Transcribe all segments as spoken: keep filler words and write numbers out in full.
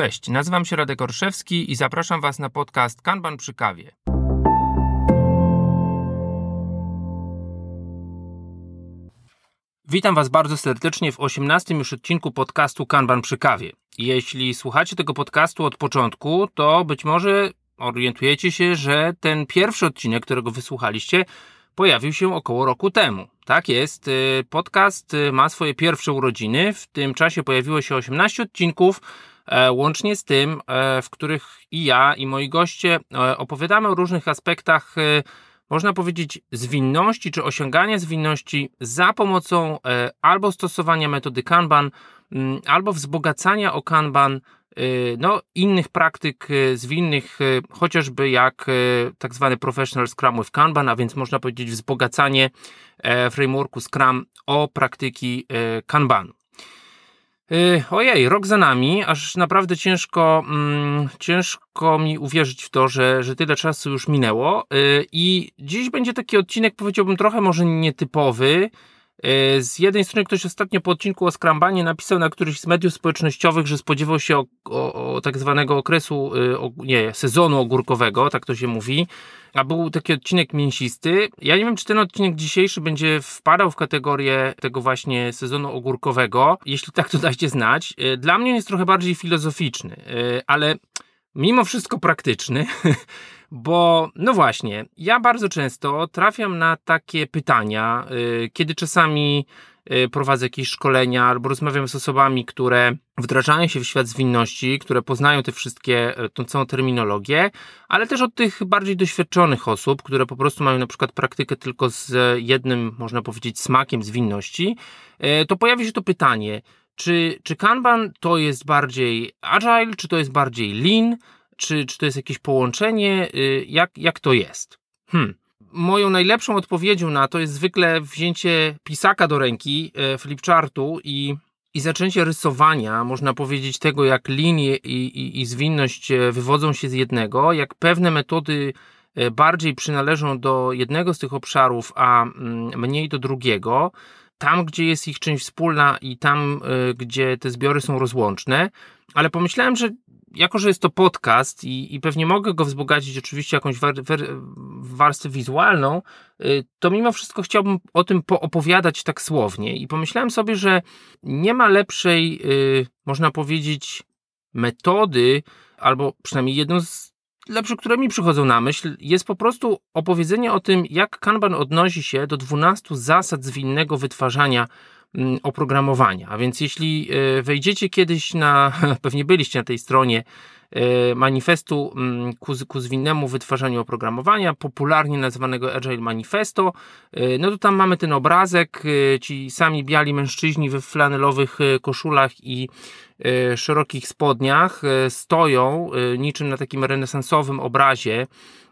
Cześć, nazywam się Radek Orszewski i zapraszam Was na podcast Kanban przy kawie. Witam Was bardzo serdecznie w osiemnastym już odcinku podcastu Kanban przy kawie. Jeśli słuchacie tego podcastu od początku, to być może orientujecie się, że ten pierwszy odcinek, którego wysłuchaliście, pojawił się około roku temu. Tak jest, podcast ma swoje pierwsze urodziny, w tym czasie pojawiło się osiemnaście odcinków, łącznie z tym, w których i ja, i moi goście opowiadamy o różnych aspektach, można powiedzieć, zwinności czy osiągania zwinności za pomocą albo stosowania metody Kanban, albo wzbogacania o Kanban no, innych praktyk zwinnych, chociażby jak tak zwany Professional Scrum with Kanban, a więc można powiedzieć wzbogacanie frameworku Scrum o praktyki Kanbanu. Ojej, rok za nami, aż naprawdę ciężko, mm, ciężko mi uwierzyć w to, że, że tyle czasu już minęło yy, i dziś będzie taki odcinek, powiedziałbym, trochę może nietypowy. Yy, z jednej strony ktoś ostatnio po odcinku o Scrumbanie napisał na któryś z mediów społecznościowych, że spodziewał się o, o, o tak zwanego okresu, yy, o, nie, sezonu ogórkowego, tak to się mówi, a był taki odcinek mięsisty. Ja nie wiem, czy ten odcinek dzisiejszy będzie wpadał w kategorię tego właśnie sezonu ogórkowego. Jeśli tak, to dajcie znać. Dla mnie jest trochę bardziej filozoficzny, ale mimo wszystko praktyczny, bo no właśnie, ja bardzo często trafiam na takie pytania, kiedy czasami prowadzę jakieś szkolenia albo rozmawiam z osobami, które wdrażają się w świat zwinności, które poznają te wszystkie, tą całą terminologię, ale też od tych bardziej doświadczonych osób, które po prostu mają na przykład praktykę tylko z jednym, można powiedzieć, smakiem zwinności, to pojawi się to pytanie, czy, czy Kanban to jest bardziej agile, czy to jest bardziej lean, czy, czy to jest jakieś połączenie, jak, jak to jest? Hmm. Moją najlepszą odpowiedzią na to jest zwykle wzięcie pisaka do ręki, flipchartu i, i zaczęcie rysowania, można powiedzieć, tego, jak linie i, i, i zwinność wywodzą się z jednego, jak pewne metody bardziej przynależą do jednego z tych obszarów, a mniej do drugiego, tam, gdzie jest ich część wspólna i tam, gdzie te zbiory są rozłączne, ale pomyślałem, że jako, że jest to podcast i, i pewnie mogę go wzbogacić oczywiście jakąś war, war, warstwę wizualną, to mimo wszystko chciałbym o tym poopowiadać tak słownie i pomyślałem sobie, że nie ma lepszej, można powiedzieć, metody, albo przynajmniej jedną z lepszych, które mi przychodzą na myśl, jest po prostu opowiedzenie o tym, jak Kanban odnosi się do dwunastu zasad zwinnego wytwarzania oprogramowania. A więc jeśli wejdziecie kiedyś na, pewnie byliście na tej stronie manifestu ku, ku zwinnemu wytwarzaniu oprogramowania, popularnie nazywanego Agile Manifesto, no to tam mamy ten obrazek, ci sami biali mężczyźni we flanelowych koszulach i szerokich spodniach stoją niczym na takim renesansowym obrazie,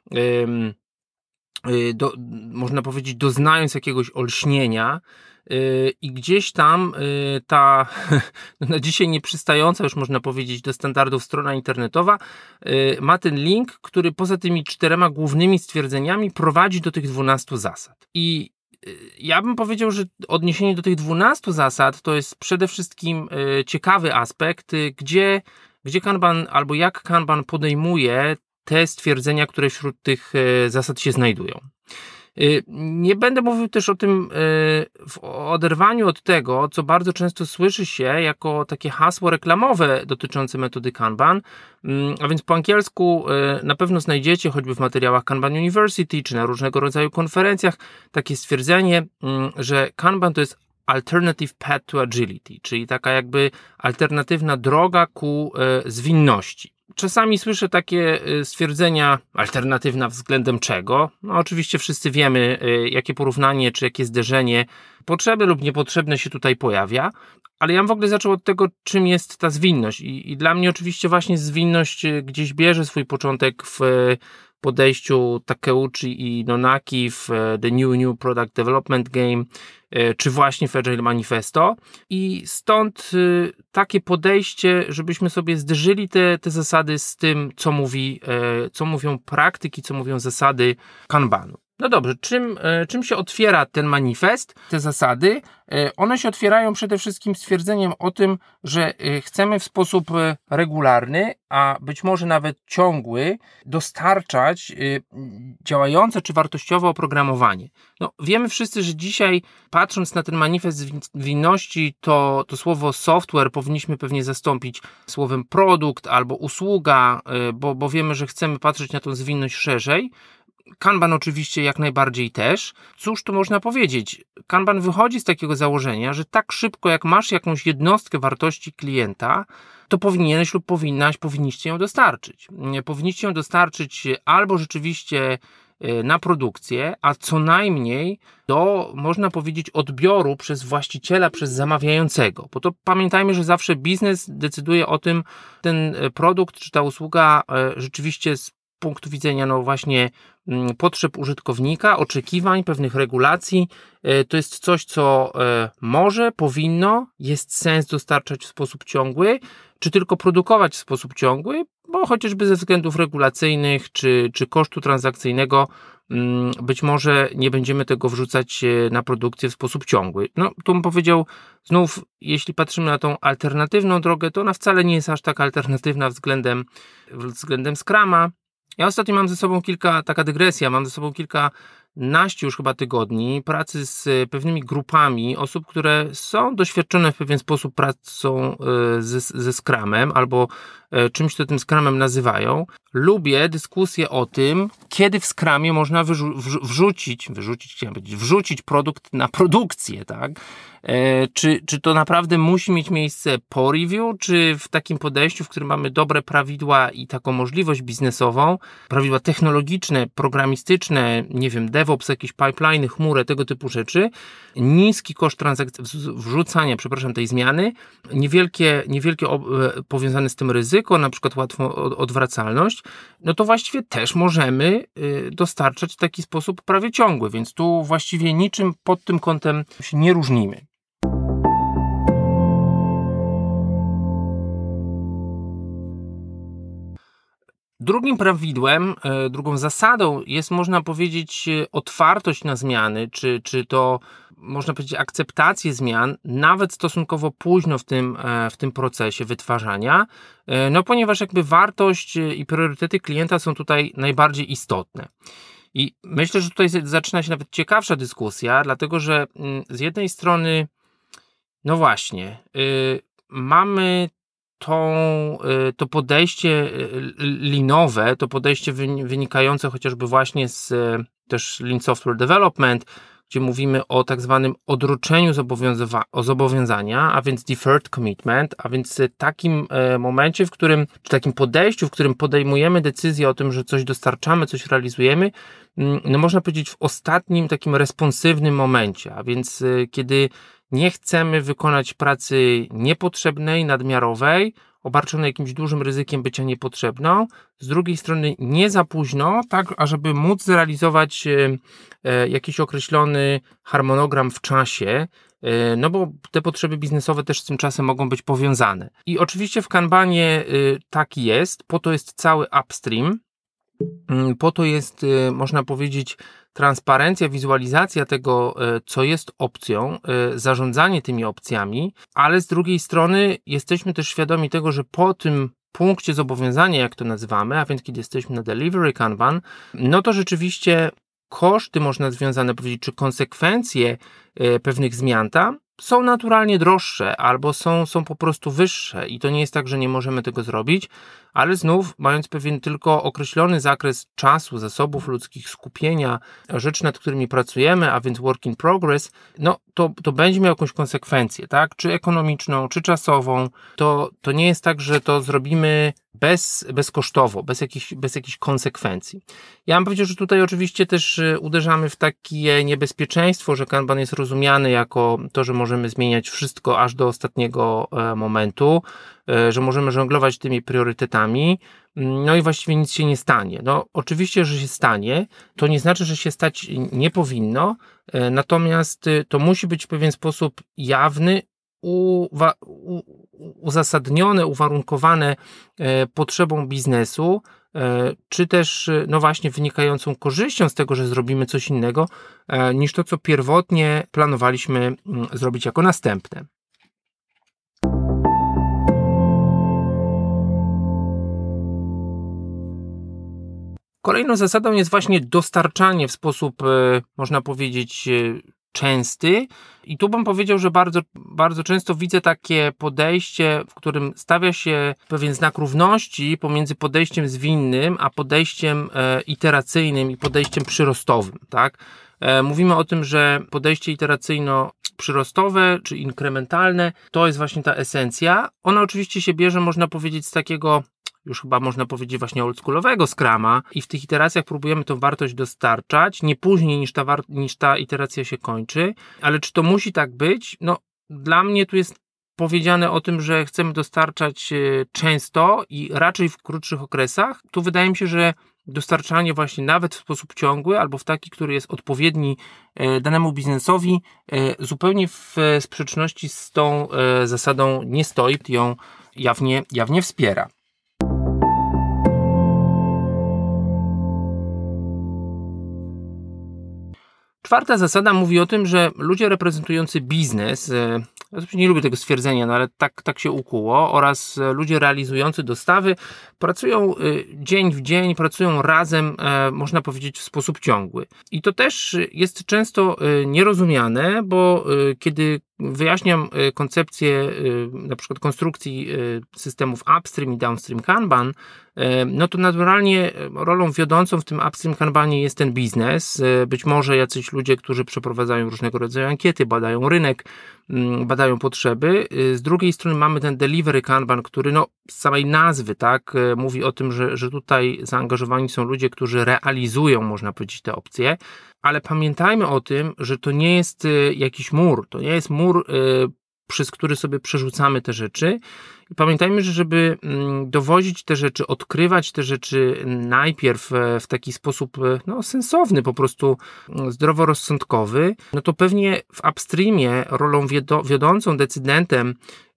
do, można powiedzieć, doznając jakiegoś olśnienia. I gdzieś tam ta na dzisiaj nieprzystająca, już można powiedzieć, do standardów strona internetowa ma ten link, który poza tymi czterema głównymi stwierdzeniami prowadzi do tych dwunastu zasad. I ja bym powiedział, że odniesienie do tych dwunastu zasad to jest przede wszystkim ciekawy aspekt, gdzie, gdzie Kanban albo jak Kanban podejmuje te stwierdzenia, które wśród tych zasad się znajdują. Nie będę mówił też o tym w oderwaniu od tego, co bardzo często słyszy się jako takie hasło reklamowe dotyczące metody Kanban, a więc po angielsku na pewno znajdziecie choćby w materiałach Kanban University czy na różnego rodzaju konferencjach takie stwierdzenie, że Kanban to jest alternative path to agility, czyli taka jakby alternatywna droga ku zwinności. Czasami słyszę takie stwierdzenia, alternatywna względem czego? No oczywiście wszyscy wiemy, jakie porównanie czy jakie zderzenie potrzebne lub niepotrzebne się tutaj pojawia, ale ja bym w ogóle zaczął od tego, czym jest ta zwinność. I, i dla mnie oczywiście właśnie zwinność gdzieś bierze swój początek w podejściu Takeuchi i Nonaki w The New New Product Development Game, czy właśnie w Agile Manifesto. I stąd takie podejście, żebyśmy sobie zderzyli te, te zasady z tym, co mówi, co mówią praktyki, co mówią zasady Kanbanu. No dobrze, czym, czym się otwiera ten manifest, te zasady? One się otwierają przede wszystkim stwierdzeniem o tym, że chcemy w sposób regularny, a być może nawet ciągły, dostarczać działające czy wartościowe oprogramowanie. No, wiemy wszyscy, że dzisiaj, patrząc na ten manifest zwinności, to, to słowo software powinniśmy pewnie zastąpić słowem produkt albo usługa, bo, bo wiemy, że chcemy patrzeć na tą zwinność szerzej. Kanban oczywiście jak najbardziej też. Cóż tu można powiedzieć? Kanban wychodzi z takiego założenia, że tak szybko jak masz jakąś jednostkę wartości klienta, to powinieneś lub powinnaś, powinniście ją dostarczyć. Powinniście ją dostarczyć albo rzeczywiście na produkcję, a co najmniej do, można powiedzieć, odbioru przez właściciela, przez zamawiającego. Bo to pamiętajmy, że zawsze biznes decyduje o tym, ten produkt czy ta usługa rzeczywiście z punktu widzenia no właśnie potrzeb użytkownika, oczekiwań, pewnych regulacji. To jest coś, co może, powinno, jest sens dostarczać w sposób ciągły, czy tylko produkować w sposób ciągły, bo chociażby ze względów regulacyjnych, czy, czy kosztu transakcyjnego być może nie będziemy tego wrzucać na produkcję w sposób ciągły. No, tu bym powiedział, znów, jeśli patrzymy na tą alternatywną drogę, to ona wcale nie jest aż tak alternatywna względem, względem Scruma. Ja ostatnio mam ze sobą kilka, taka dygresja, mam ze sobą kilkanaście już chyba tygodni pracy z pewnymi grupami osób, które są doświadczone w pewien sposób pracą ze, ze Scrumem albo czymś, co tym Scrumem nazywają. Lubię dyskusję o tym, kiedy w Scrumie można wyrzu- wrzu- wrzucić, wyrzucić, chciałem powiedzieć, wrzucić produkt na produkcję, tak? E, czy, czy to naprawdę musi mieć miejsce po review, czy w takim podejściu, w którym mamy dobre prawidła i taką możliwość biznesową, prawidła technologiczne, programistyczne, nie wiem, DevOps, jakieś pipeliny, chmurę, tego typu rzeczy, niski koszt transakcji, wrzucania, przepraszam, tej zmiany, niewielkie, niewielkie ob, powiązane z tym ryzyko, na przykład łatwą odwracalność, no to właściwie też możemy y, dostarczać w taki sposób prawie ciągły, więc tu właściwie niczym pod tym kątem się nie różnimy. Drugim prawidłem, drugą zasadą jest, można powiedzieć, otwartość na zmiany, czy, czy to, można powiedzieć, akceptację zmian, nawet stosunkowo późno w tym, w tym procesie wytwarzania, no ponieważ jakby wartość i priorytety klienta są tutaj najbardziej istotne. I myślę, że tutaj zaczyna się nawet ciekawsza dyskusja, dlatego że z jednej strony, no właśnie, yy, mamy tą, to podejście linowe, to podejście wynikające chociażby właśnie z też Lean Software Development, gdzie mówimy o tak zwanym odroczeniu zobowiązania, a więc deferred commitment, a więc takim momencie, w którym, czy takim podejściu, w którym podejmujemy decyzję o tym, że coś dostarczamy, coś realizujemy, no można powiedzieć w ostatnim takim responsywnym momencie, a więc kiedy nie chcemy wykonać pracy niepotrzebnej, nadmiarowej, obarczonej jakimś dużym ryzykiem bycia niepotrzebną. Z drugiej strony nie za późno, tak ażeby móc zrealizować e, jakiś określony harmonogram w czasie, e, no bo te potrzeby biznesowe też z tym czasem mogą być powiązane. I oczywiście w Kanbanie e, tak jest, po to jest cały upstream, e, po to jest, e, można powiedzieć, transparencja, wizualizacja tego, co jest opcją, zarządzanie tymi opcjami, ale z drugiej strony jesteśmy też świadomi tego, że po tym punkcie zobowiązania, jak to nazywamy, a więc kiedy jesteśmy na delivery Kanban, no to rzeczywiście koszty można związane powiedzieć, czy konsekwencje pewnych zmian tam są naturalnie droższe albo są, są po prostu wyższe i to nie jest tak, że nie możemy tego zrobić, ale znów mając pewien tylko określony zakres czasu, zasobów ludzkich, skupienia, rzeczy, nad którymi pracujemy, a więc work in progress, no to, to będzie miał jakąś konsekwencję, tak? Czy ekonomiczną, czy czasową. To, to nie jest tak, że to zrobimy bez, bezkosztowo, bez jakichś, bez jakichś konsekwencji. Ja bym powiedział, że tutaj oczywiście też uderzamy w takie niebezpieczeństwo, że Kanban jest rozumiany jako to, że możemy zmieniać wszystko aż do ostatniego momentu, że możemy żonglować tymi priorytetami, no i właściwie nic się nie stanie. No oczywiście, że się stanie, to nie znaczy, że się stać nie powinno, natomiast to musi być w pewien sposób jawny, uwa- u- uzasadnione, uwarunkowane potrzebą biznesu, czy też no właśnie wynikającą korzyścią z tego, że zrobimy coś innego, niż to, co pierwotnie planowaliśmy zrobić jako następne. Kolejną zasadą jest właśnie dostarczanie w sposób, można powiedzieć, częsty. I tu bym powiedział, że bardzo, bardzo często widzę takie podejście, w którym stawia się pewien znak równości pomiędzy podejściem zwinnym, a podejściem e, iteracyjnym i podejściem przyrostowym, tak? E, mówimy o tym, że podejście iteracyjno-przyrostowe czy inkrementalne to jest właśnie ta esencja. Ona oczywiście się bierze, można powiedzieć, z takiego już chyba można powiedzieć właśnie oldschoolowego Scruma i w tych iteracjach próbujemy tą wartość dostarczać, nie później niż ta, war- niż ta iteracja się kończy, ale czy to musi tak być? No dla mnie tu jest powiedziane o tym, że chcemy dostarczać często i raczej w krótszych okresach. Tu wydaje mi się, że dostarczanie właśnie nawet w sposób ciągły albo w taki, który jest odpowiedni danemu biznesowi, zupełnie w sprzeczności z tą zasadą nie stoi, ją jawnie, jawnie wspiera. Czwarta zasada mówi o tym, że ludzie reprezentujący biznes, ja nie lubię tego stwierdzenia, no ale tak, tak się ukuło, oraz ludzie realizujący dostawy pracują dzień w dzień, pracują razem, można powiedzieć, w sposób ciągły. I to też jest często nierozumiane, bo kiedy wyjaśniam koncepcję na przykład konstrukcji systemów upstream i downstream Kanban, no to naturalnie rolą wiodącą w tym upstream Kanbanie jest ten biznes. Być może jacyś ludzie, którzy przeprowadzają różnego rodzaju ankiety, badają rynek, badają potrzeby. Z drugiej strony mamy ten delivery Kanban, który no z samej nazwy, tak, mówi o tym, że, że tutaj zaangażowani są ludzie, którzy realizują, można powiedzieć, te opcje. Ale pamiętajmy o tym, że to nie jest jakiś mur, to nie jest mur, przez który sobie przerzucamy te rzeczy. I pamiętajmy, że żeby dowozić te rzeczy, odkrywać te rzeczy najpierw w taki sposób no, sensowny, po prostu zdroworozsądkowy, no to pewnie w upstreamie rolą wiodącą, decydentem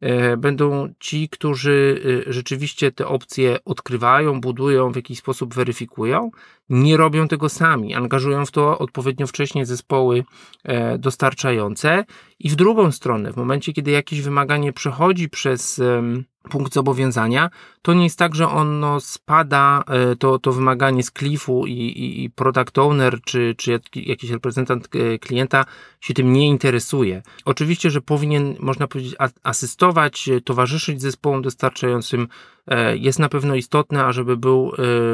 będą ci, którzy rzeczywiście te opcje odkrywają, budują, w jakiś sposób weryfikują. Nie robią tego sami, angażują w to odpowiednio wcześnie zespoły dostarczające i w drugą stronę, w momencie, kiedy jakieś wymaganie przechodzi przez punkt zobowiązania, to nie jest tak, że ono spada, to, to wymaganie z klifu i, i, i product owner, czy, czy jakiś reprezentant klienta się tym nie interesuje. Oczywiście, że powinien, można powiedzieć, asystować, towarzyszyć zespołom dostarczającym, jest na pewno istotne, ażeby był,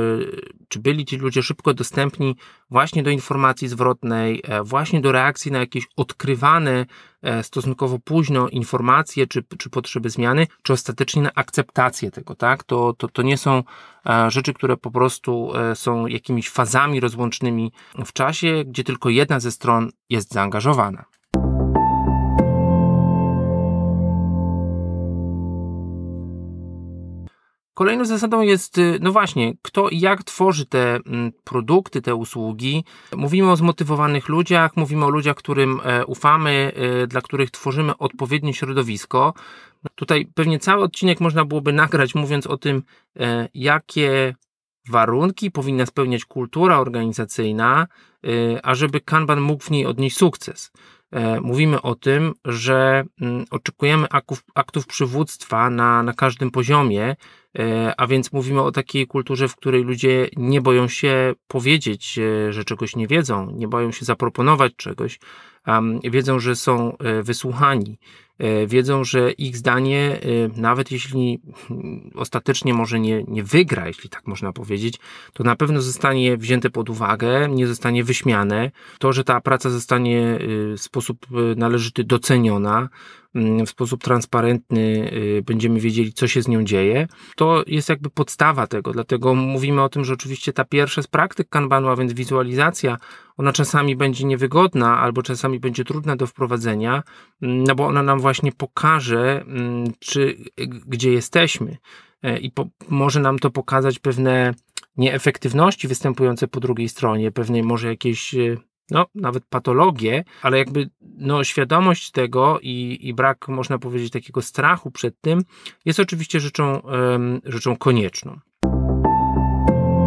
czy byli ci ludzie szybko dostępni właśnie do informacji zwrotnej, właśnie do reakcji na jakieś odkrywane stosunkowo późno informacje, czy, czy potrzeby zmiany, czy ostatecznie na akceptację tego, tak? To, to, to nie są rzeczy, które po prostu są jakimiś fazami rozłącznymi w czasie, gdzie tylko jedna ze stron jest zaangażowana. Kolejną zasadą jest, no właśnie, kto i jak tworzy te produkty, te usługi. Mówimy o zmotywowanych ludziach, mówimy o ludziach, którym ufamy, dla których tworzymy odpowiednie środowisko. Tutaj pewnie cały odcinek można byłoby nagrać, mówiąc o tym, jakie warunki powinna spełniać kultura organizacyjna, ażeby Kanban mógł w niej odnieść sukces. Mówimy o tym, że oczekujemy aktów, aktów przywództwa na, na każdym poziomie, a więc mówimy o takiej kulturze, w której ludzie nie boją się powiedzieć, że czegoś nie wiedzą, nie boją się zaproponować czegoś, wiedzą, że są wysłuchani, wiedzą, że ich zdanie, nawet jeśli ostatecznie może nie, nie wygra, jeśli tak można powiedzieć, to na pewno zostanie wzięte pod uwagę, nie zostanie wyśmiane. To, że ta praca zostanie w sposób należyty doceniona, w sposób transparentny będziemy wiedzieli, co się z nią dzieje, to jest jakby podstawa tego, dlatego mówimy o tym, że oczywiście ta pierwsza z praktyk Kanbanu, a więc wizualizacja, ona czasami będzie niewygodna, albo czasami będzie trudna do wprowadzenia, no bo ona nam właśnie pokaże, czy, gdzie jesteśmy i po, może nam to pokazać pewne nieefektywności występujące po drugiej stronie, pewne może jakieś no, nawet patologie, ale jakby no, świadomość tego i, i brak, można powiedzieć, takiego strachu przed tym jest oczywiście rzeczą, um, rzeczą konieczną.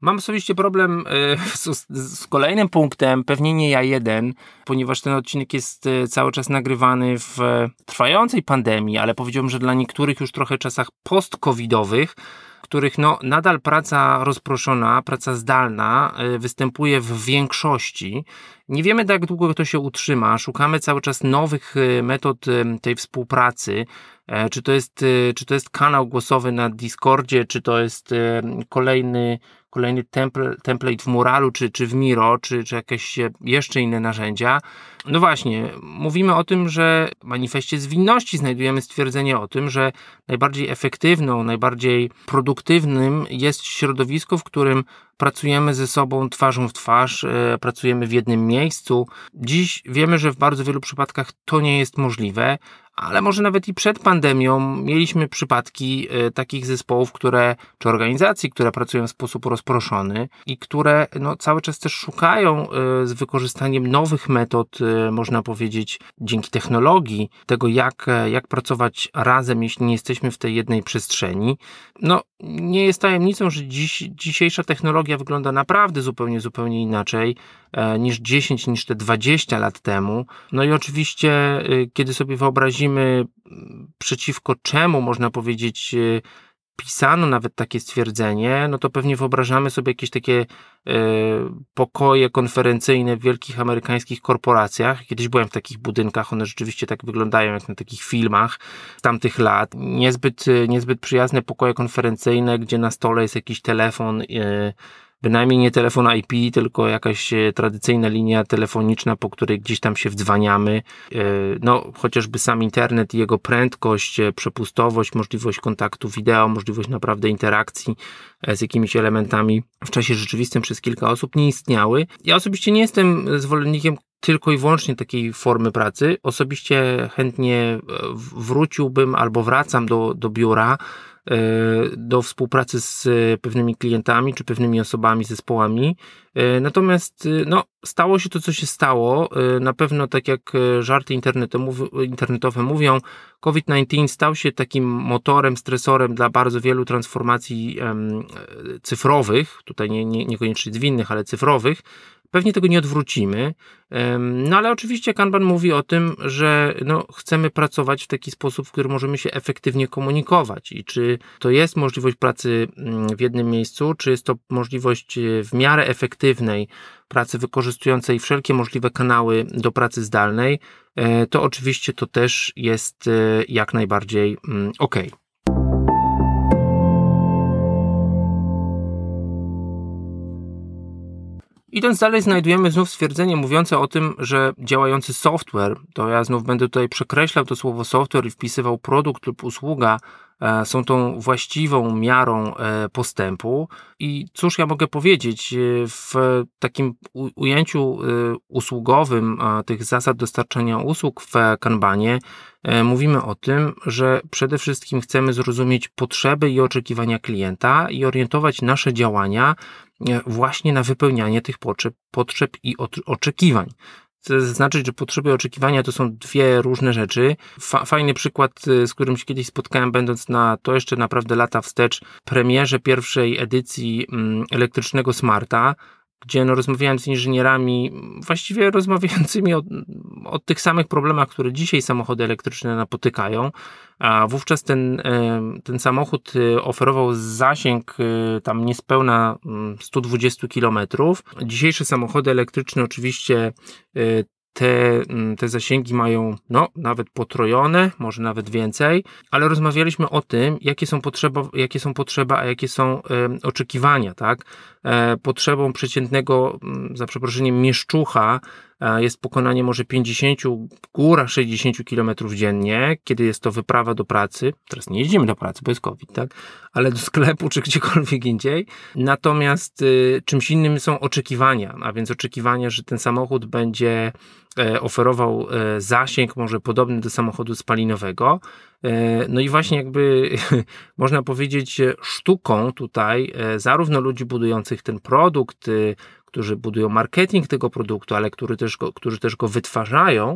Mam osobiście problem z, z kolejnym punktem, pewnie nie ja jeden, ponieważ ten odcinek jest cały czas nagrywany w trwającej pandemii, ale powiedziałbym, że dla niektórych już trochę czasach post-covidowych, w których no, nadal praca rozproszona, praca zdalna występuje w większości. Nie wiemy, jak długo to się utrzyma. Szukamy cały czas nowych metod tej współpracy. Czy to jest, czy to jest kanał głosowy na Discordzie, czy to jest kolejny, kolejny temple, template w Muralu, czy, czy w Miro, czy, czy jakieś jeszcze inne narzędzia. No właśnie, mówimy o tym, że w manifestie zwinności znajdujemy stwierdzenie o tym, że najbardziej efektywną, najbardziej produktywnym jest środowisko, w którym pracujemy ze sobą twarzą w twarz, e, pracujemy w jednym miejscu. Dziś wiemy, że w bardzo wielu przypadkach to nie jest możliwe, ale może nawet i przed pandemią mieliśmy przypadki e, takich zespołów, które, czy organizacji, które pracują w sposób rozproszony i które no, cały czas też szukają e, z wykorzystaniem nowych metod, e, można powiedzieć, dzięki technologii, tego jak, e, jak pracować razem, jeśli nie jesteśmy w tej jednej przestrzeni. No, nie jest tajemnicą, że dziś, dzisiejsza technologia wygląda naprawdę zupełnie, zupełnie inaczej e, niż dziesięć, niż te dwadzieścia lat temu. No i oczywiście, e, kiedy sobie wyobrazimy, przeciwko czemu, można powiedzieć, e, pisano nawet takie stwierdzenie, no to pewnie wyobrażamy sobie jakieś takie e, pokoje konferencyjne w wielkich amerykańskich korporacjach. Kiedyś byłem w takich budynkach, one rzeczywiście tak wyglądają jak na takich filmach z tamtych lat. Niezbyt, niezbyt przyjazne pokoje konferencyjne, gdzie na stole jest jakiś telefon, e, bynajmniej nie telefon I P, tylko jakaś tradycyjna linia telefoniczna, po której gdzieś tam się wdzwaniamy. No, chociażby sam internet i jego prędkość, przepustowość, możliwość kontaktu wideo, możliwość naprawdę interakcji z jakimiś elementami w czasie rzeczywistym przez kilka osób nie istniały. Ja osobiście nie jestem zwolennikiem tylko i wyłącznie takiej formy pracy. Osobiście chętnie wróciłbym albo wracam do, do biura, do współpracy z pewnymi klientami, czy pewnymi osobami, zespołami. Natomiast no, stało się to, co się stało. Na pewno, tak jak żarty internetowe mówią, COVID dziewiętnaście stał się takim motorem, stresorem dla bardzo wielu transformacji cyfrowych, tutaj nie, nie, niekoniecznie zwinnych, ale cyfrowych. Pewnie tego nie odwrócimy, no ale oczywiście Kanban mówi o tym, że no, chcemy pracować w taki sposób, w którym możemy się efektywnie komunikować i czy to jest możliwość pracy w jednym miejscu, czy jest to możliwość w miarę efektywnej pracy wykorzystującej wszelkie możliwe kanały do pracy zdalnej, to oczywiście to też jest jak najbardziej ok. Idąc dalej, znajdujemy znów stwierdzenie mówiące o tym, że działający software, to ja znów będę tutaj przekreślał to słowo software i wpisywał produkt lub usługa, e, są tą właściwą miarą e, postępu. I cóż ja mogę powiedzieć, w takim u, ujęciu e, usługowym e, tych zasad dostarczania usług w Kanbanie e, mówimy o tym, że przede wszystkim chcemy zrozumieć potrzeby i oczekiwania klienta i orientować nasze działania właśnie na wypełnianie tych potrzeb, potrzeb i oczekiwań. Chcę zaznaczyć, że potrzeby i oczekiwania to są dwie różne rzeczy. Fa- fajny przykład, z którym się kiedyś spotkałem, będąc na, to jeszcze naprawdę lata wstecz, premierze pierwszej edycji mm, elektrycznego Smarta, gdzie no, rozmawiałem z inżynierami właściwie rozmawiającymi o, o tych samych problemach, które dzisiaj samochody elektryczne napotykają, a wówczas ten, ten samochód oferował zasięg tam niespełna sto dwadzieścia kilometrów. Dzisiejsze samochody elektryczne oczywiście Te, te zasięgi mają no, nawet potrojone, może nawet więcej, ale rozmawialiśmy o tym, jakie są potrzeby, jakie są potrzeby, a jakie są e, oczekiwania, tak? E, potrzebą przeciętnego, za przeproszeniem, mieszczucha e, jest pokonanie może pięćdziesiąt, góra sześćdziesiąt kilometrów dziennie, kiedy jest to wyprawa do pracy. Teraz nie jeździmy do pracy, bo jest COVID, tak? Ale do sklepu czy gdziekolwiek indziej. Natomiast y, czymś innym są oczekiwania, a więc oczekiwania, że ten samochód będzie e, oferował e, zasięg może podobny do samochodu spalinowego. E, no i właśnie jakby można powiedzieć sztuką tutaj e, zarówno ludzi budujących ten produkt, y, którzy budują marketing tego produktu, ale który też go, którzy też go wytwarzają,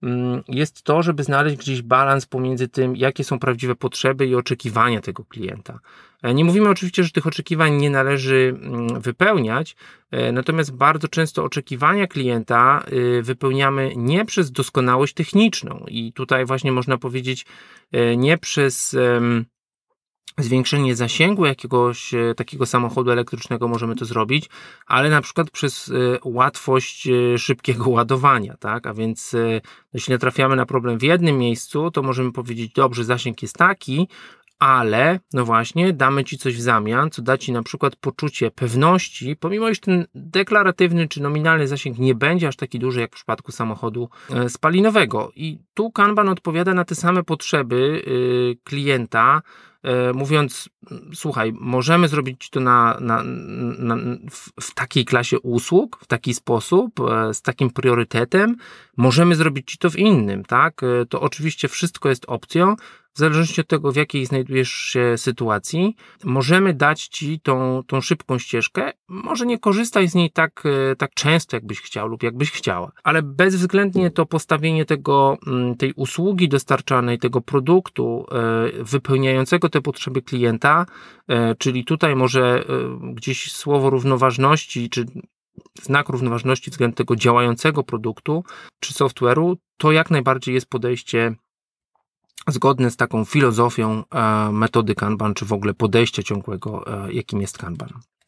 jest to, żeby znaleźć gdzieś balans pomiędzy tym, jakie są prawdziwe potrzeby i oczekiwania tego klienta. Nie mówimy oczywiście, że tych oczekiwań nie należy wypełniać, natomiast bardzo często oczekiwania klienta wypełniamy nie przez doskonałość techniczną i tutaj właśnie można powiedzieć nie przez zwiększenie zasięgu jakiegoś takiego samochodu elektrycznego możemy to zrobić, ale na przykład przez łatwość szybkiego ładowania, tak? A więc jeśli natrafiamy na problem w jednym miejscu, to możemy powiedzieć, dobrze, zasięg jest taki, ale no właśnie damy Ci coś w zamian, co da Ci na przykład poczucie pewności, pomimo iż ten deklaratywny czy nominalny zasięg nie będzie aż taki duży jak w przypadku samochodu spalinowego. I tu Kanban odpowiada na te same potrzeby klienta, mówiąc, słuchaj, możemy zrobić to na, na, na, w, w takiej klasie usług, w taki sposób, z takim priorytetem, możemy zrobić Ci to w innym, tak? To oczywiście wszystko jest opcją, w zależności od tego, w jakiej znajdujesz się sytuacji, możemy dać Ci tą, tą szybką ścieżkę, może nie korzystaj z niej tak, tak często, jakbyś chciał lub jakbyś chciała, ale bezwzględnie to postawienie tego, tej usługi dostarczanej, tego produktu wypełniającego te potrzeby klienta, czyli tutaj może gdzieś słowo równoważności, czy znak równoważności względem tego działającego produktu, czy software'u, to jak najbardziej jest podejście zgodne z taką filozofią e, metody Kanban, czy w ogóle podejścia ciągłego, e, jakim jest Kanban.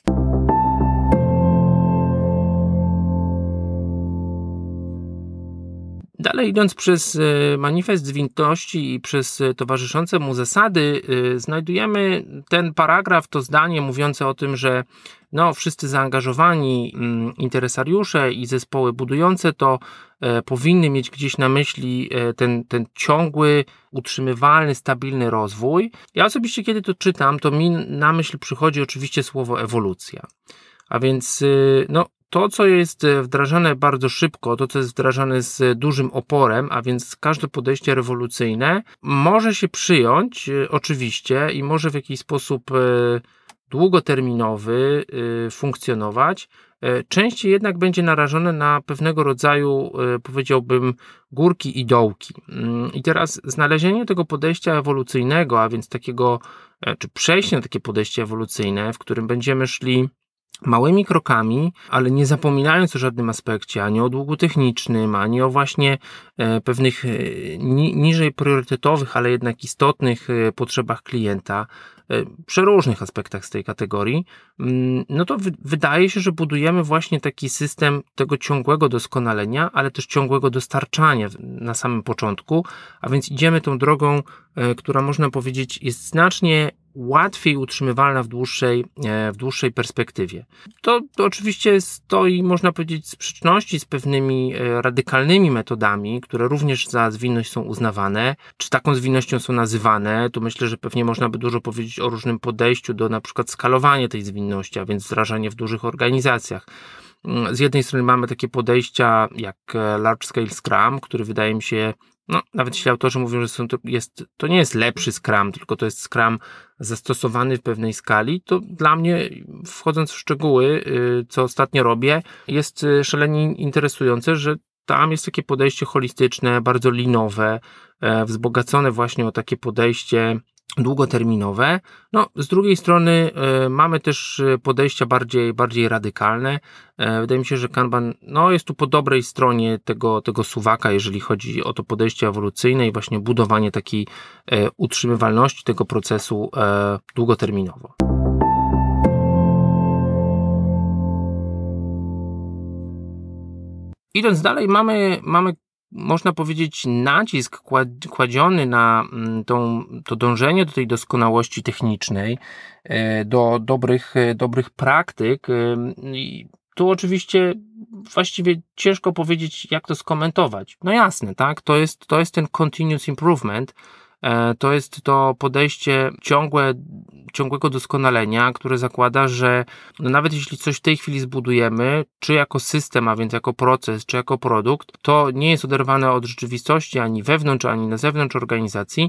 Dalej idąc przez manifest zwinności i przez towarzyszące mu zasady, znajdujemy ten paragraf, to zdanie mówiące o tym, że no, wszyscy zaangażowani interesariusze i zespoły budujące to powinny mieć gdzieś na myśli ten, ten ciągły, utrzymywalny, stabilny rozwój. Ja osobiście, kiedy to czytam, to mi na myśl przychodzi oczywiście słowo ewolucja. A więc no, to, co jest wdrażane bardzo szybko, to, co jest wdrażane z dużym oporem, a więc każde podejście rewolucyjne, może się przyjąć oczywiście i może w jakiś sposób długoterminowy funkcjonować. Częściej jednak będzie narażone na pewnego rodzaju, powiedziałbym, górki i dołki. I teraz znalezienie tego podejścia ewolucyjnego, a więc takiego, czy przejście na takie podejście ewolucyjne, w którym będziemy szli małymi krokami, ale nie zapominając o żadnym aspekcie, ani o długu technicznym, ani o właśnie e, pewnych e, ni, niżej priorytetowych, ale jednak istotnych e, potrzebach klienta, e, przeróżnych aspektach z tej kategorii, mm, no to wy, wydaje się, że budujemy właśnie taki system tego ciągłego doskonalenia, ale też ciągłego dostarczania na samym początku, a więc idziemy tą drogą, e, która można powiedzieć jest znacznie łatwiej utrzymywalna w dłuższej, w dłuższej perspektywie. To, to oczywiście stoi, można powiedzieć, w sprzeczności z pewnymi radykalnymi metodami, które również za zwinność są uznawane, czy taką zwinnością są nazywane. Tu myślę, że pewnie można by dużo powiedzieć o różnym podejściu do na przykład skalowania tej zwinności, a więc wdrażanie w dużych organizacjach. Z jednej strony mamy takie podejścia jak Large Scale Scrum, który wydaje mi się, no, nawet jeśli autorzy mówią, że są to, jest, to nie jest lepszy Scrum, tylko to jest Scrum zastosowany w pewnej skali, to dla mnie, wchodząc w szczegóły, co ostatnio robię, jest szalenie interesujące, że tam jest takie podejście holistyczne, bardzo linowe, wzbogacone właśnie o takie podejście długoterminowe. No, z drugiej strony y, mamy też podejścia bardziej, bardziej radykalne. E, wydaje mi się, że Kanban no, jest tu po dobrej stronie tego, tego suwaka, jeżeli chodzi o to podejście ewolucyjne i właśnie budowanie takiej e, utrzymywalności tego procesu e, długoterminowo. Idąc dalej, mamy, mamy można powiedzieć, nacisk kładziony na tą, to dążenie do tej doskonałości technicznej, do dobrych, dobrych praktyk. I tu oczywiście właściwie ciężko powiedzieć, jak to skomentować. No jasne, tak? To jest, to jest ten continuous improvement. To jest to podejście ciągłe, ciągłego doskonalenia, które zakłada, że no nawet jeśli coś w tej chwili zbudujemy, czy jako system, a więc jako proces, czy jako produkt, to nie jest oderwane od rzeczywistości ani wewnątrz, ani na zewnątrz organizacji,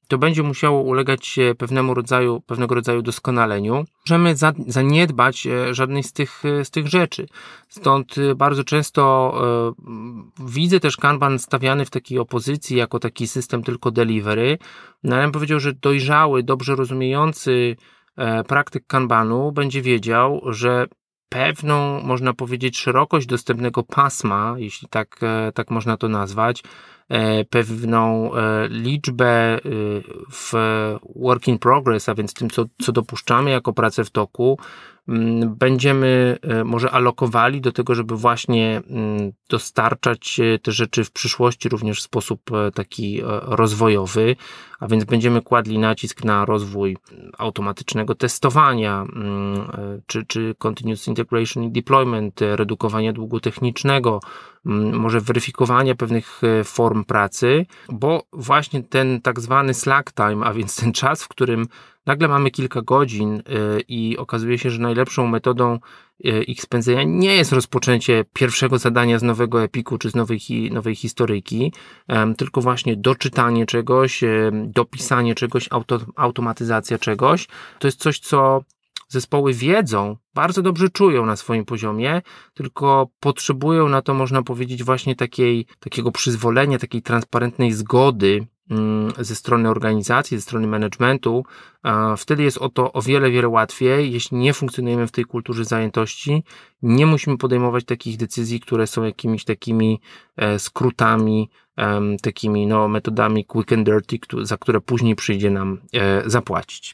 to będzie musiało ulegać pewnemu rodzaju, pewnego rodzaju doskonaleniu. Możemy za, zaniedbać żadnej z tych, z tych rzeczy. Stąd bardzo często e, widzę też Kanban stawiany w takiej opozycji jako taki system tylko delivery. No, ja bym powiedział, że dojrzały, dobrze rozumiejący e, praktyk Kanbanu będzie wiedział, że pewną, można powiedzieć, szerokość dostępnego pasma, jeśli tak, e, tak można to nazwać, pewną liczbę w work in progress, a więc tym, co, co dopuszczamy jako pracę w toku, będziemy może alokowali do tego, żeby właśnie dostarczać te rzeczy w przyszłości również w sposób taki rozwojowy, a więc będziemy kładli nacisk na rozwój automatycznego testowania, czy, czy continuous integration i deployment, redukowania długu technicznego, może weryfikowania pewnych form pracy, bo właśnie ten tak zwany slack time, a więc ten czas, w którym nagle mamy kilka godzin i okazuje się, że najlepszą metodą ich spędzenia nie jest rozpoczęcie pierwszego zadania z nowego epiku czy z nowej, nowej historyjki, tylko właśnie doczytanie czegoś, dopisanie czegoś, auto, automatyzacja czegoś. To jest coś, co zespoły wiedzą, bardzo dobrze czują na swoim poziomie, tylko potrzebują na to, można powiedzieć, właśnie takiej, takiego przyzwolenia, takiej transparentnej zgody ze strony organizacji, ze strony managementu. Wtedy jest o to o wiele, wiele łatwiej. Jeśli nie funkcjonujemy w tej kulturze zajętości, nie musimy podejmować takich decyzji, które są jakimiś takimi skrótami, takimi no, metodami quick and dirty, za które później przyjdzie nam zapłacić.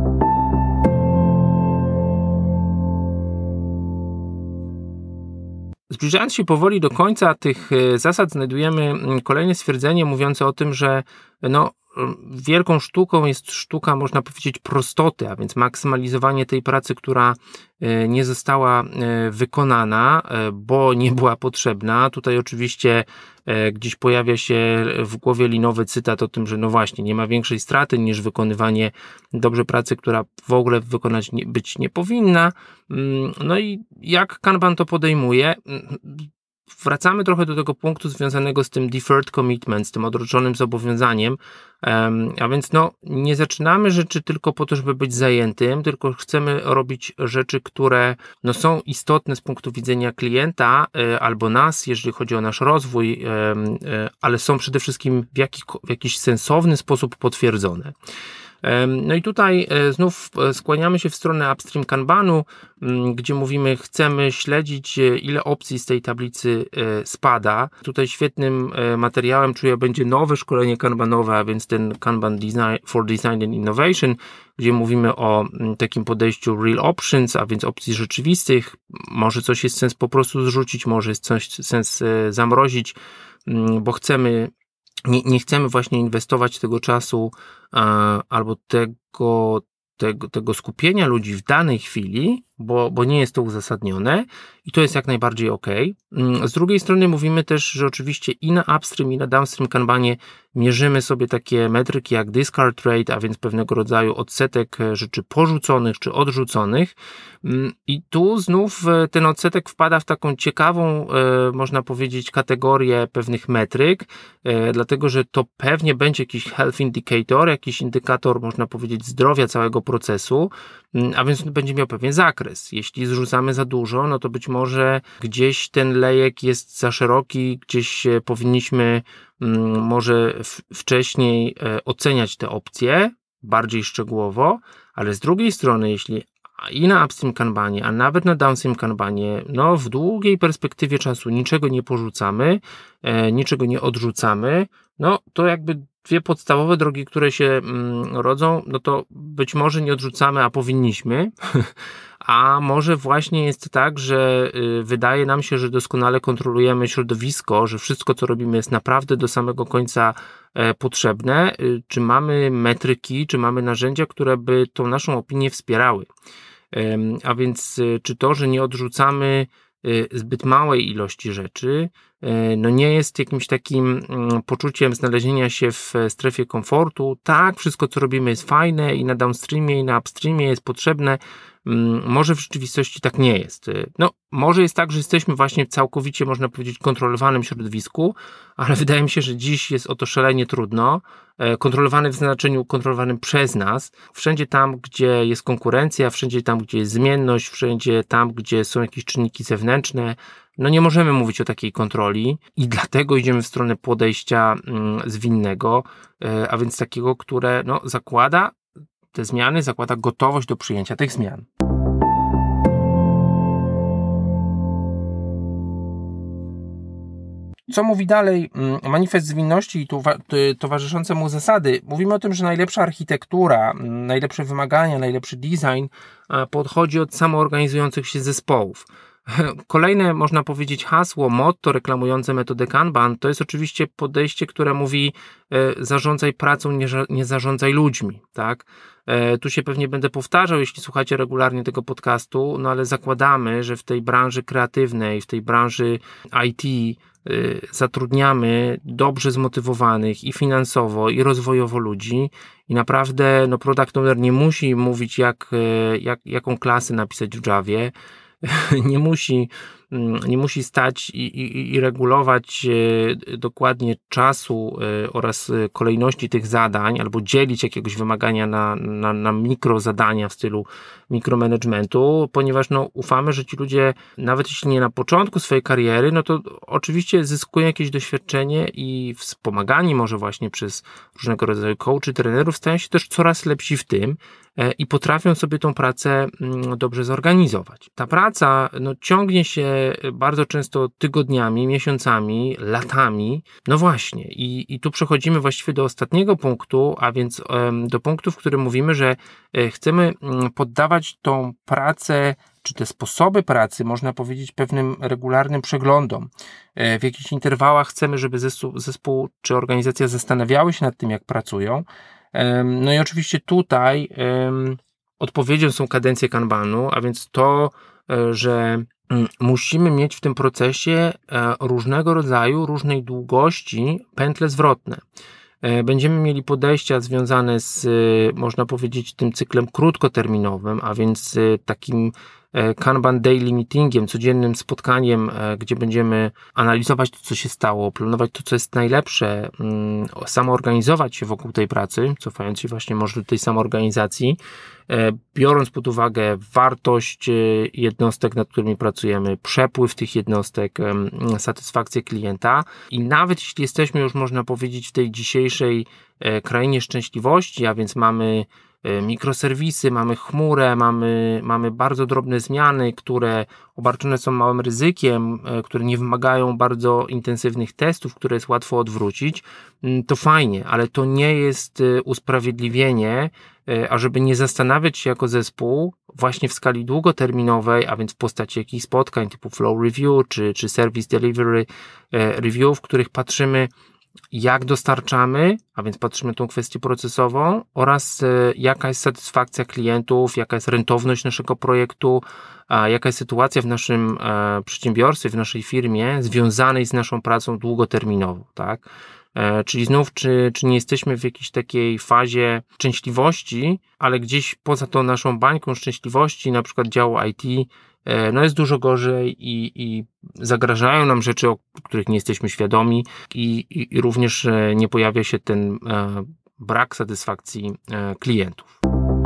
Zbliżając się powoli do końca tych zasad, znajdujemy kolejne stwierdzenie mówiące o tym, że no, wielką sztuką jest sztuka, można powiedzieć, prostoty, a więc maksymalizowanie tej pracy, która nie została wykonana, bo nie była potrzebna. Tutaj oczywiście gdzieś pojawia się w głowie linowy cytat o tym, że no właśnie, nie ma większej straty niż wykonywanie dobrze pracy, która w ogóle wykonać nie, być nie powinna. No i jak Kanban to podejmuje? Wracamy trochę do tego punktu związanego z tym deferred commitment, z tym odroczonym zobowiązaniem, a więc no, nie zaczynamy rzeczy tylko po to, żeby być zajętym, tylko chcemy robić rzeczy, które no, są istotne z punktu widzenia klienta albo nas, jeżeli chodzi o nasz rozwój, ale są przede wszystkim w, jaki, w jakiś sensowny sposób potwierdzone. No i tutaj znów skłaniamy się w stronę upstream Kanbanu, gdzie mówimy, chcemy śledzić, ile opcji z tej tablicy spada. Tutaj świetnym materiałem czuję będzie nowe szkolenie kanbanowe, a więc ten Kanban Design for Design and Innovation, gdzie mówimy o takim podejściu real options, a więc opcji rzeczywistych. Może coś jest sens po prostu zrzucić, może jest coś sens zamrozić, bo chcemy Nie, nie chcemy właśnie inwestować tego czasu a, albo tego, tego, tego skupienia ludzi w danej chwili, bo, bo nie jest to uzasadnione i to jest jak najbardziej ok. Z drugiej strony mówimy też, że oczywiście i na upstream, i na downstream Kanbanie mierzymy sobie takie metryki jak discard rate, a więc pewnego rodzaju odsetek rzeczy porzuconych czy odrzuconych i tu znów ten odsetek wpada w taką ciekawą, można powiedzieć, kategorię pewnych metryk, dlatego, że to pewnie będzie jakiś health indicator, jakiś indykator, można powiedzieć, zdrowia całego procesu, a więc będzie miał pewien zakres. Jeśli zrzucamy za dużo, no to być może gdzieś ten lejek jest za szeroki, gdzieś powinniśmy może wcześniej oceniać te opcje bardziej szczegółowo, ale z drugiej strony, jeśli i na upstream Kanbanie, a nawet na downstream Kanbanie, no w długiej perspektywie czasu niczego nie porzucamy, e, niczego nie odrzucamy, no to jakby dwie podstawowe drogi, które się mm, rodzą, no to być może nie odrzucamy, a powinniśmy, a może właśnie jest tak, że y, wydaje nam się, że doskonale kontrolujemy środowisko, że wszystko, co robimy, jest naprawdę do samego końca e, potrzebne, y, czy mamy metryki, czy mamy narzędzia, które by tą naszą opinię wspierały. Y, a więc y, czy to, że nie odrzucamy y, zbyt małej ilości rzeczy, no nie jest jakimś takim poczuciem znalezienia się w strefie komfortu. Tak, wszystko co robimy jest fajne i na downstreamie i na upstreamie jest potrzebne, Może w rzeczywistości tak nie jest. No, może jest tak, że jesteśmy właśnie w całkowicie, można powiedzieć, kontrolowanym środowisku, ale wydaje mi się, że dziś jest o to szalenie trudno. Kontrolowany w znaczeniu kontrolowanym przez nas. Wszędzie tam, gdzie jest konkurencja, wszędzie tam, gdzie jest zmienność, wszędzie tam, gdzie są jakieś czynniki zewnętrzne, no nie możemy mówić o takiej kontroli i dlatego idziemy w stronę podejścia zwinnego, a więc takiego, które no, zakłada te zmiany, zakłada gotowość do przyjęcia tych zmian. Co mówi dalej manifest zwinności i towarzyszące mu zasady? Mówimy o tym, że najlepsza architektura, najlepsze wymagania, najlepszy design podchodzi od samoorganizujących się zespołów. Kolejne, można powiedzieć, hasło, motto reklamujące metodę Kanban to jest oczywiście podejście, które mówi zarządzaj pracą, nie, nie zarządzaj ludźmi, tak? Tu się pewnie będę powtarzał, jeśli słuchacie regularnie tego podcastu, no ale zakładamy, że w tej branży kreatywnej, w tej branży I T zatrudniamy dobrze zmotywowanych i finansowo, i rozwojowo ludzi i naprawdę no, product owner nie musi mówić, jak, jak, jaką klasę napisać w Javie, nie musi, nie musi stać i, i, i regulować dokładnie czasu oraz kolejności tych zadań, albo dzielić jakiegoś wymagania na, na, na mikrozadania w stylu mikromanagementu, ponieważ no, ufamy, że ci ludzie, nawet jeśli nie na początku swojej kariery, no to oczywiście zyskują jakieś doświadczenie i wspomagani może właśnie przez różnego rodzaju coachy, trenerów, stają się też coraz lepsi w tym i potrafią sobie tą pracę dobrze zorganizować. Ta praca no, ciągnie się bardzo często tygodniami, miesiącami, latami. No właśnie i, i tu przechodzimy właściwie do ostatniego punktu, a więc do punktu, w którym mówimy, że chcemy poddawać tą pracę czy te sposoby pracy, można powiedzieć, pewnym regularnym przeglądom. W jakichś interwałach chcemy, żeby zespół, zespół czy organizacja zastanawiały się nad tym, jak pracują. No i oczywiście tutaj um, odpowiedzią są kadencje Kanbanu, a więc to, że musimy mieć w tym procesie różnego rodzaju, różnej długości pętle zwrotne. Będziemy mieli podejścia związane z, można powiedzieć, tym cyklem krótkoterminowym, a więc takim Kanban Daily Meetingiem, codziennym spotkaniem, gdzie będziemy analizować to, co się stało, planować to, co jest najlepsze, samoorganizować się wokół tej pracy, cofając się właśnie może do tej samoorganizacji, biorąc pod uwagę wartość jednostek, nad którymi pracujemy, przepływ tych jednostek, satysfakcję klienta i nawet jeśli jesteśmy już, można powiedzieć, w tej dzisiejszej krainie szczęśliwości, a więc mamy mikroserwisy, mamy chmurę, mamy, mamy bardzo drobne zmiany, które obarczone są małym ryzykiem, które nie wymagają bardzo intensywnych testów, które jest łatwo odwrócić, to fajnie, ale to nie jest usprawiedliwienie, ażeby nie zastanawiać się jako zespół właśnie w skali długoterminowej, a więc w postaci jakichś spotkań typu flow review czy, czy service delivery review, w których patrzymy, jak dostarczamy, a więc patrzymy tą kwestię procesową oraz jaka jest satysfakcja klientów, jaka jest rentowność naszego projektu, a jaka jest sytuacja w naszym e, przedsiębiorstwie, w naszej firmie związanej z naszą pracą długoterminową, tak? E, czyli znów, czy, czy nie jesteśmy w jakiejś takiej fazie szczęśliwości, ale gdzieś poza tą naszą bańką szczęśliwości, na przykład działu I T, no jest dużo gorzej i, i zagrażają nam rzeczy, o których nie jesteśmy świadomi i, i, i również nie pojawia się ten e, brak satysfakcji e, klientów.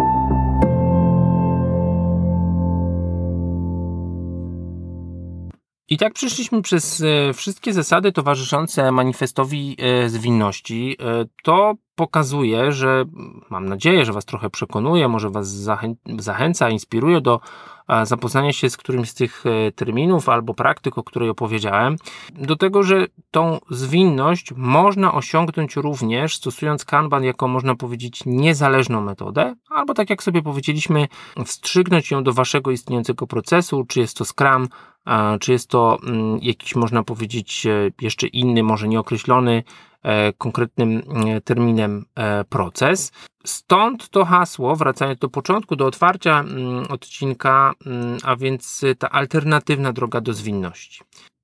I tak przeszliśmy przez wszystkie zasady towarzyszące manifestowi zwinności. To pokazuje, że mam nadzieję, że Was trochę przekonuje, może Was zachę- zachęca, inspiruje do zapoznania się z którymś z tych terminów albo praktyk, o której opowiedziałem, do tego, że tą zwinność można osiągnąć również stosując Kanban jako, można powiedzieć, niezależną metodę, albo tak jak sobie powiedzieliśmy, wstrzygnąć ją do Waszego istniejącego procesu, czy jest to Scrum, czy jest to jakiś, można powiedzieć, jeszcze inny, może nieokreślony konkretnym terminem proces. Stąd to hasło, wracając do początku, do otwarcia odcinka, a więc ta alternatywna droga do zwinności.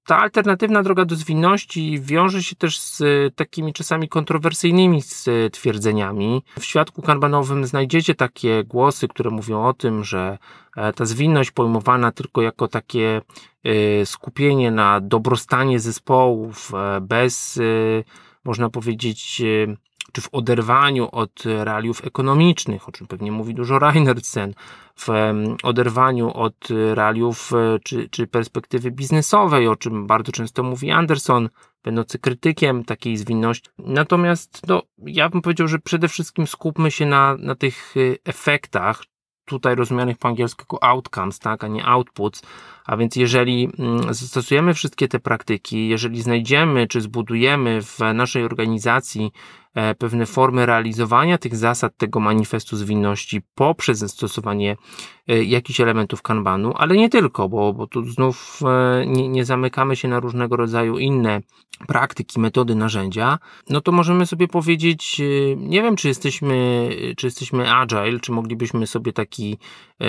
ta alternatywna droga do zwinności wiąże się też z takimi czasami kontrowersyjnymi twierdzeniami. W świadku kanbanowym znajdziecie takie głosy, które mówią o tym, że ta zwinność pojmowana tylko jako takie skupienie na dobrostanie zespołów bez, można powiedzieć, czy w oderwaniu od realiów ekonomicznych, o czym pewnie mówi dużo Reinertsen, w oderwaniu od realiów czy, czy perspektywy biznesowej, o czym bardzo często mówi Anderson, będący krytykiem takiej zwinności. Natomiast no, ja bym powiedział, że przede wszystkim skupmy się na, na tych efektach, tutaj rozumianych po angielsku jako outcomes, tak, a nie outputs. A więc jeżeli zastosujemy wszystkie te praktyki, jeżeli znajdziemy czy zbudujemy w naszej organizacji pewne formy realizowania tych zasad, tego manifestu zwinności poprzez zastosowanie jakichś elementów kanbanu, ale nie tylko, bo, bo tu znów nie, nie zamykamy się na różnego rodzaju inne praktyki, metody, narzędzia, no to możemy sobie powiedzieć, nie wiem, czy jesteśmy, czy jesteśmy agile, czy moglibyśmy sobie taki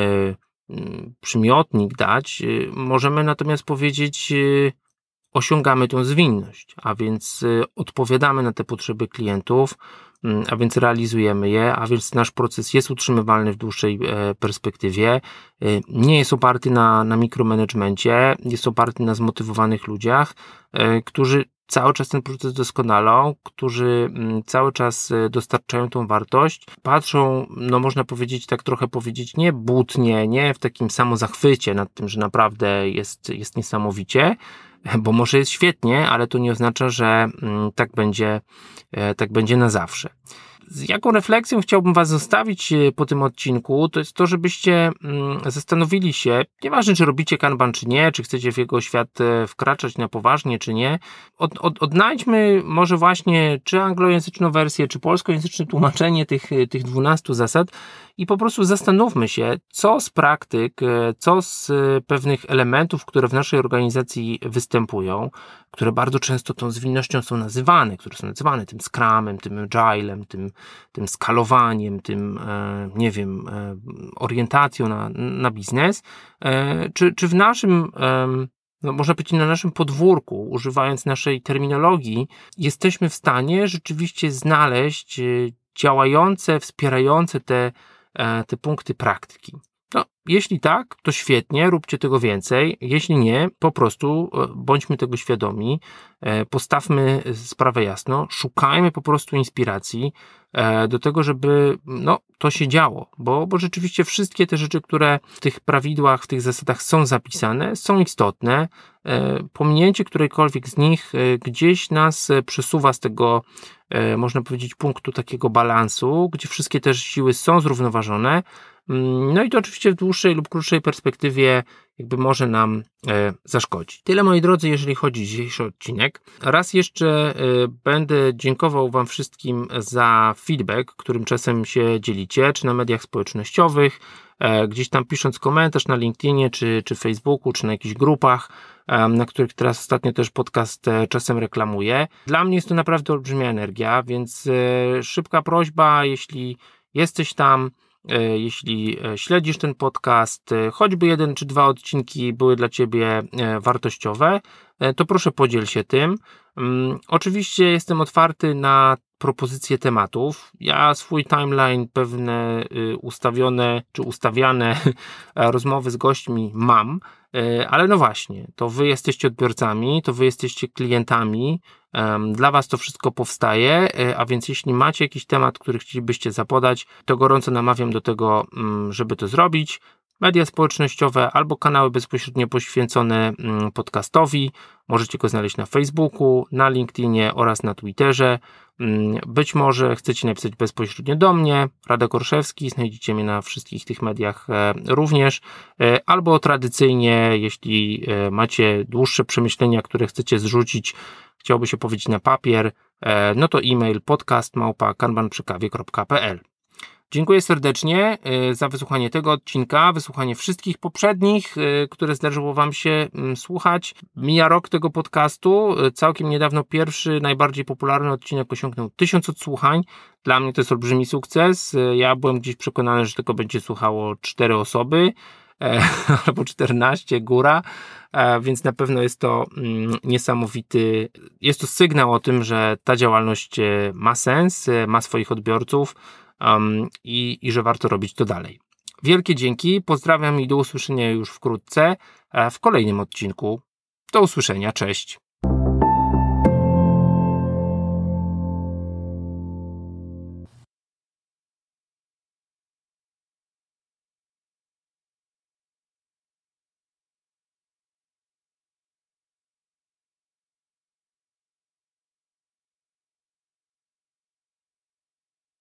przymiotnik dać, możemy natomiast powiedzieć, osiągamy tą zwinność, a więc odpowiadamy na te potrzeby klientów, a więc realizujemy je, a więc nasz proces jest utrzymywalny w dłuższej perspektywie, nie jest oparty na, na mikromanagemencie, jest oparty na zmotywowanych ludziach, którzy cały czas ten proces doskonalą, którzy cały czas dostarczają tą wartość, patrzą, no można powiedzieć, tak trochę powiedzieć, nie butnie, nie w takim samozachwycie nad tym, że naprawdę jest, jest niesamowicie, bo może jest świetnie, ale to nie oznacza, że tak będzie, tak będzie na zawsze. Z jaką refleksją chciałbym Was zostawić po tym odcinku, to jest to, żebyście zastanowili się, nieważne czy robicie kanban czy nie, czy chcecie w jego świat wkraczać na poważnie czy nie, od, od, odnajdźmy może właśnie czy anglojęzyczną wersję, czy polskojęzyczne tłumaczenie tych, tych dwunastu zasad i po prostu zastanówmy się, co z praktyk, co z pewnych elementów, które w naszej organizacji występują, które bardzo często tą zwinnością są nazywane, które są nazywane tym Scrumem, tym Agilem, tym, tym skalowaniem, tym, nie wiem, orientacją na, na biznes, czy, czy w naszym, no można powiedzieć, na naszym podwórku, używając naszej terminologii, jesteśmy w stanie rzeczywiście znaleźć działające, wspierające te, te punkty praktyki. No, jeśli tak, to świetnie, róbcie tego więcej. Jeśli nie, po prostu bądźmy tego świadomi, postawmy sprawę jasno, szukajmy po prostu inspiracji do tego, żeby no, to się działo, bo, bo rzeczywiście wszystkie te rzeczy, które w tych prawidłach, w tych zasadach są zapisane, są istotne. Pominięcie którejkolwiek z nich gdzieś nas przesuwa z tego, można powiedzieć, punktu takiego balansu, gdzie wszystkie te siły są zrównoważone. No i to oczywiście w dłuższej lub krótszej perspektywie jakby może nam e, zaszkodzić. Tyle, moi drodzy, jeżeli chodzi o dzisiejszy odcinek. Raz jeszcze e, będę dziękował Wam wszystkim za feedback, którym czasem się dzielicie, czy na mediach społecznościowych, e, gdzieś tam pisząc komentarz na LinkedInie, czy, czy Facebooku, czy na jakichś grupach, e, na których teraz ostatnio też podcast e, czasem reklamuję. Dla mnie jest to naprawdę olbrzymia energia, więc e, szybka prośba, jeśli jesteś tam, jeśli śledzisz ten podcast, choćby jeden czy dwa odcinki były dla Ciebie wartościowe, to proszę podziel się tym. Oczywiście jestem otwarty na propozycje tematów. Ja swój timeline pewne ustawione czy ustawiane rozmowy z gośćmi mam, ale no właśnie, to Wy jesteście odbiorcami, to Wy jesteście klientami, dla Was to wszystko powstaje, a więc jeśli macie jakiś temat, który chcielibyście zapodać, to gorąco namawiam do tego, żeby to zrobić. Media społecznościowe albo kanały bezpośrednio poświęcone podcastowi. Możecie go znaleźć na Facebooku, na LinkedInie oraz na Twitterze. Być może chcecie napisać bezpośrednio do mnie, Radek Orszewski, znajdziecie mnie na wszystkich tych mediach również, albo tradycyjnie, jeśli macie dłuższe przemyślenia, które chcecie zrzucić, chciałby się powiedzieć na papier, no to e-mail podcast małpa kanban przy kawie kropka p l. Dziękuję serdecznie za wysłuchanie tego odcinka, wysłuchanie wszystkich poprzednich, które zdarzyło Wam się słuchać. Mija rok tego podcastu, całkiem niedawno pierwszy, najbardziej popularny odcinek osiągnął tysiąc odsłuchań. Dla mnie to jest olbrzymi sukces. Ja byłem gdzieś przekonany, że tego będzie słuchało cztery osoby. albo czternaście góra, więc na pewno jest to niesamowity, jest to sygnał o tym, że ta działalność ma sens, ma swoich odbiorców um, i, i że warto robić to dalej. Wielkie dzięki, pozdrawiam i do usłyszenia już wkrótce w kolejnym odcinku. Do usłyszenia, cześć.